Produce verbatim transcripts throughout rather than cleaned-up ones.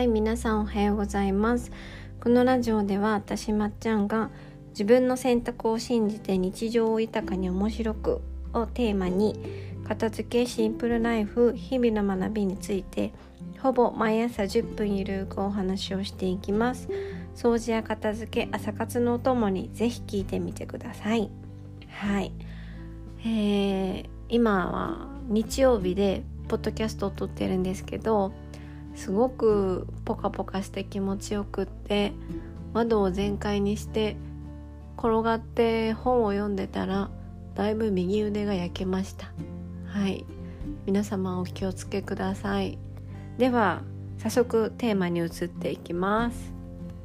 はい、皆さんおはようございます。このラジオでは私まっちゃんが自分の選択を信じて日常を豊かに面白くをテーマに片付け、シンプルライフ、日々の学びについてほぼ毎朝じゅっぷんゆるくお話をしていきます。掃除や片付け、朝活のお供にぜひ聞いてみてください。はい、えー、今は日曜日でポッドキャストを撮ってるんですけど、すごくポカポカして気持ちよくって、窓を全開にして転がって本を読んでたらだいぶ右腕が焼けました。はい、皆様お気をつけください。では早速テーマに移っていきます。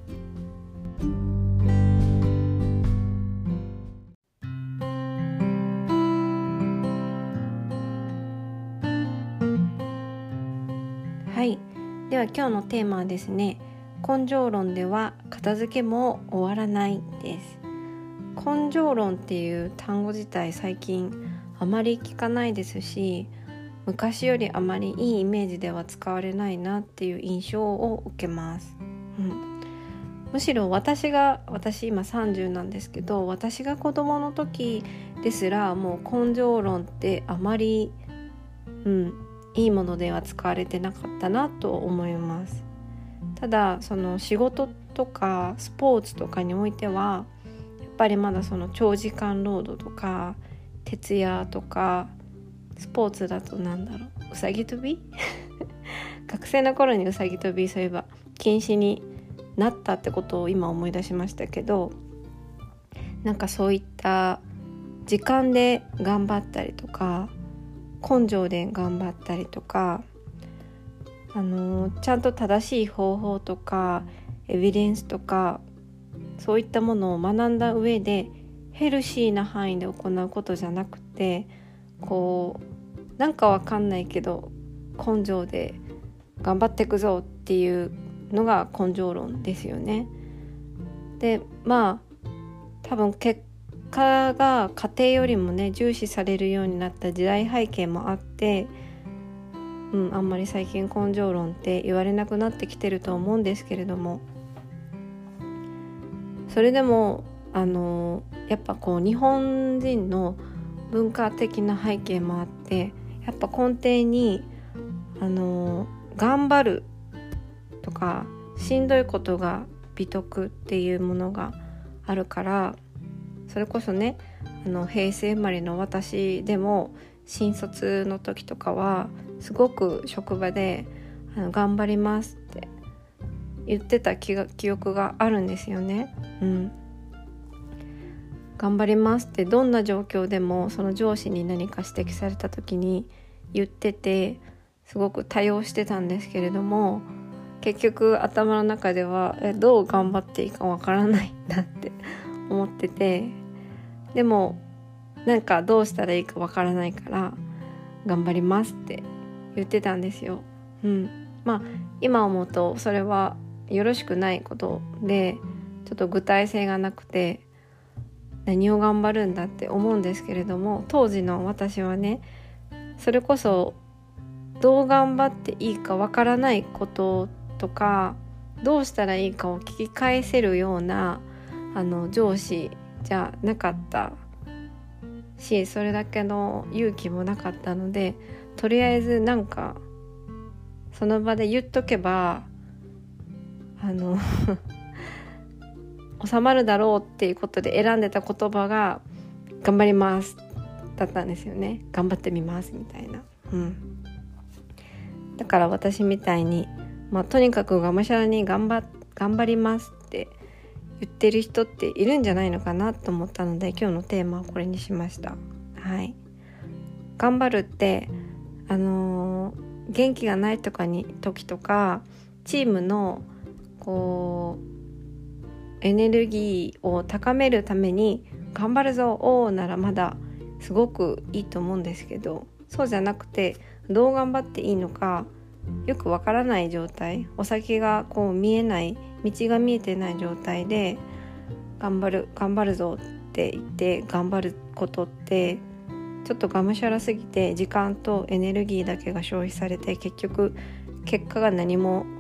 はい、では今日のテーマはですね、根性論では片付けも終わらないです。根性論っていう単語自体最近あまり聞かないですし、昔よりあまりいいイメージでは使われないなっていう印象を受けます、うん、むしろ私が私今さんじゅうなんですけど、私が子供の時ですらもう根性論ってあまり、うん、いいものでは使われてなかったなと思います。ただその仕事とかスポーツとかにおいてはやっぱりまだその長時間労働とか徹夜とか、スポーツだとなんだろううさぎ跳び学生の頃にうさぎ跳びそういえば禁止になったってことを今思い出しましたけど、なんかそういった時間で頑張ったりとか根性で頑張ったりとか、あのちゃんと正しい方法とかエビデンスとかそういったものを学んだ上でヘルシーな範囲で行うことじゃなくて、こうなんかわかんないけど根性で頑張っていくぞっていうのが根性論ですよね。でまあ多分結果が家庭よりもね重視されるようになった時代背景もあって、うん、あんまり最近根性論って言われなくなってきてると思うんですけれども、それでもあのやっぱこう日本人の文化的な背景もあって、やっぱ根底にあの頑張るとかしんどいことが美徳っていうものがあるから、それこそねあの平成生まれの私でも新卒の時とかはすごく職場であの頑張りますって言ってた記が記憶があるんですよね、うん、頑張りますってどんな状況でもその上司に何か指摘された時に言ってて、すごく多用してたんですけれども、結局頭の中ではえどう頑張っていいかわからないなって思ってて、でもなんかどうしたらいいかわからないから頑張りますって言ってたんですよ、うん、まあ今思うとそれはよろしくないことでちょっと具体性がなくて何を頑張るんだって思うんですけれども、当時の私はねそれこそどう頑張っていいかわからないこととかどうしたらいいかを聞き返せるようなあの上司じゃなかったし、それだけの勇気もなかったので、とりあえずなんかその場で言っとけばあの収まるだろうっていうことで選んでた言葉が頑張りますだったんですよね。頑張ってみますみたいな、うん、だから私みたいに、まあ、とにかくがむしゃらに頑張、頑張りますって言ってる人っているんじゃないのかなと思ったので、今日のテーマはこれにしました。はい、頑張るってあのー、元気がないとかに時とかチームのこうエネルギーを高めるために頑張るぞおーならまだすごくいいと思うんですけど、そうじゃなくてどう頑張っていいのかよくわからない状態、お先がこう見えない、道が見えてない状態で頑張る頑張るぞって言って頑張ることってちょっとがむしゃらすぎて時間とエネルギーだけが消費されて結局結果が何も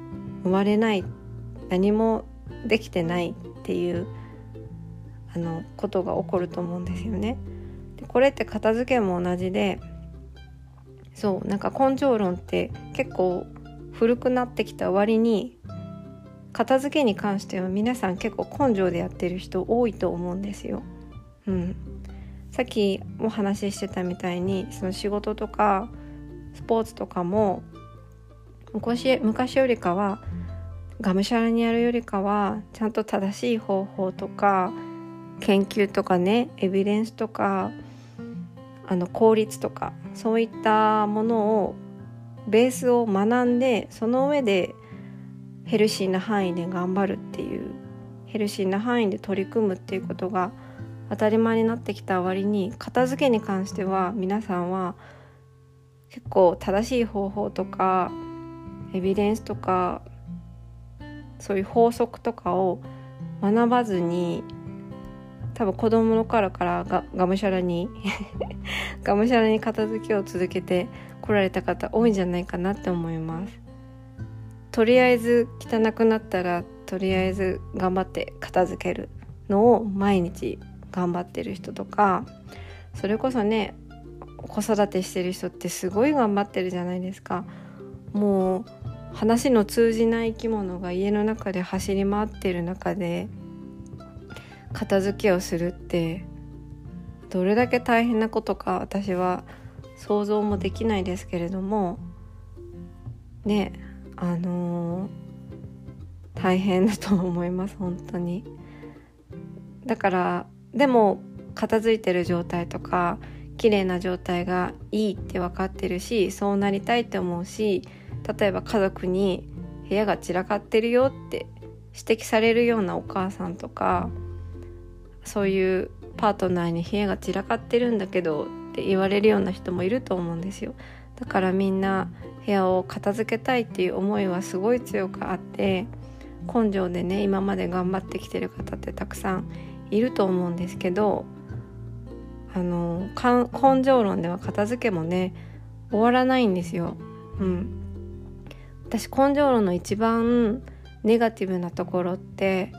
生まれない、何もできてないっていうあのことが起こると思うんですよね。でこれって片付けも同じで、そうなんか根性論って結構古くなってきた割に、片付けに関しては皆さん結構根性でやってる人多いと思うんですよ。うん、さっきお話ししてたみたいに、その仕事とかスポーツとかも昔昔よりかはがむしゃらにやるよりかは、ちゃんと正しい方法とか研究とかね、エビデンスとかあの効率とか、そういったものをベースを学んで、その上でヘルシーな範囲で頑張るっていう、ヘルシーな範囲で取り組むっていうことが当たり前になってきた割に、片付けに関しては皆さんは結構正しい方法とかエビデンスとかそういう法則とかを学ばずに、多分子供の頃からががむしゃらにがむしゃらに片付けを続けて来られた方多いんじゃないかなって思います。とりあえず汚くなったらとりあえず頑張って片付けるのを毎日頑張ってる人とか、それこそね、子育てしてる人ってすごい頑張ってるじゃないですか。もう話の通じない生き物が家の中で走り回ってる中で片付けをするってどれだけ大変なことか、私は想像もできないですけれどもね、あのー、大変だと思います、本当に。だからでも片付いてる状態とか綺麗な状態がいいって分かってるし、そうなりたいって思うし、例えば家族に部屋が散らかってるよって指摘されるようなお母さんとか、そういうパートナーに部屋が散らかってるんだけどって言われるような人もいると思うんですよ。だからみんな部屋を片付けたいっていう思いはすごい強くあって、根性でね今まで頑張ってきてる方ってたくさんいると思うんですけど、あの根性論では片付けもね終わらないんですよ。うん、私根性論の一番ネガティブなところって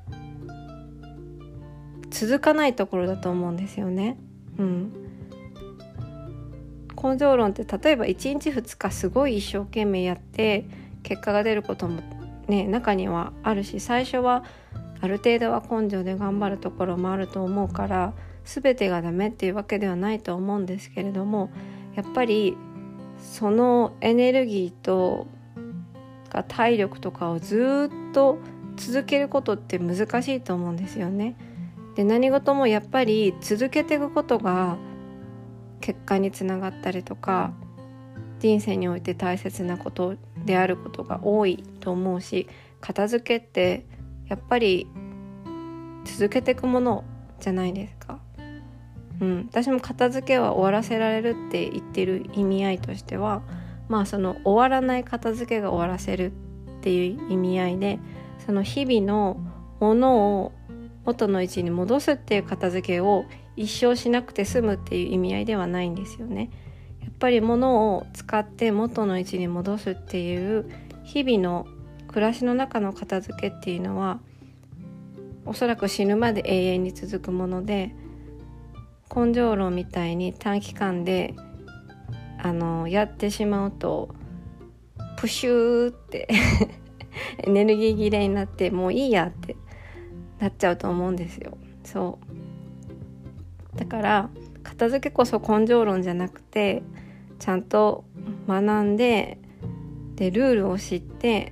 続かないところだと思うんですよね。うん、根性論って例えばいちにちふつかすごい一生懸命やって結果が出ることもね中にはあるし、最初はある程度は根性で頑張るところもあると思うから、全てがダメっていうわけではないと思うんですけれども、やっぱりそのエネルギーとか体力とかをずっと続けることって難しいと思うんですよね。で何事もやっぱり続けていくことが結果につながったりとか、人生において大切なことであることが多いと思うし、片付けってやっぱり続けていくものじゃないですか。うん、私も片付けは終わらせられるって言ってる意味合いとしては、まあその終わらない片付けが終わらせるっていう意味合いで、その日々のものを元の位置に戻すっていう片付けを一生しなくて済むっていう意味合いではないんですよね。やっぱり物を使って元の位置に戻すっていう日々の暮らしの中の片付けっていうのはおそらく死ぬまで永遠に続くもので、根性論みたいに短期間であのやってしまうとプシューってエネルギー切れになってもういいやってなっちゃうと思うんですよ。そうだから片付けこそ根性論じゃなくて、ちゃんと学んで、でルールを知って、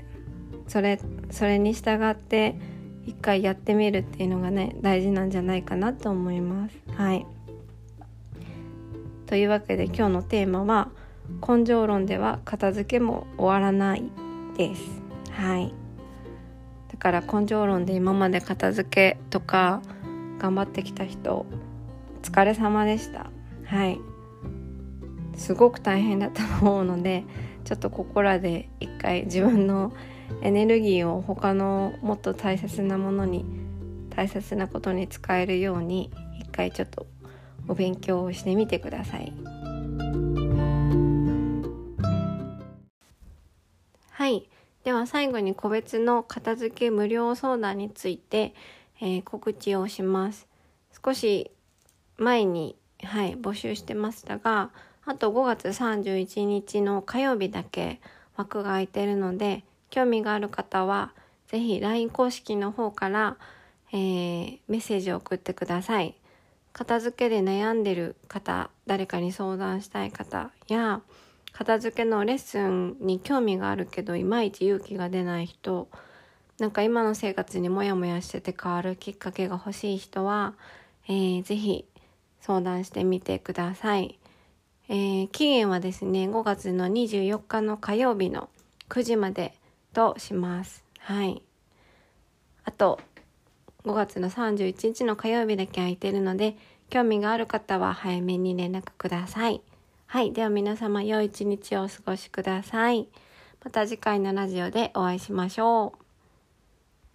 それそれに従って一回やってみるっていうのがね大事なんじゃないかなと思います。はい。というわけで今日のテーマは根性論では片付けも終わらないです。はい。だから根性論で今まで片付けとか頑張ってきた人、お疲れ様でした。はい。すごく大変だと思うので、ちょっとここらで一回自分のエネルギーを他のもっと大切なものに、大切なことに使えるように一回ちょっとお勉強をしてみてください。はい。 では最後に個別の片付け無料相談について、えー、告知をします。少し前に、はい、募集してましたが、あとごがつさんじゅういちにちの火曜日だけ枠が空いてるので、興味がある方はぜひ ライン 公式の方から、えー、メッセージを送ってください。片付けで悩んでる方、誰かに相談したい方や、片付けのレッスンに興味があるけどいまいち勇気が出ない人、なんか今の生活にモヤモヤしてて変わるきっかけが欲しい人は、えー、ぜひ相談してみてください。えー、期限はですね、ごがつのにじゅうよっかの火曜日のくじまでとします。はい。あと、ごがつのさんじゅういちにちの火曜日だけ空いてるので、興味がある方は早めに連絡ください。はい。では皆様、良い一日をお過ごしください。また次回のラジオでお会いしましょう。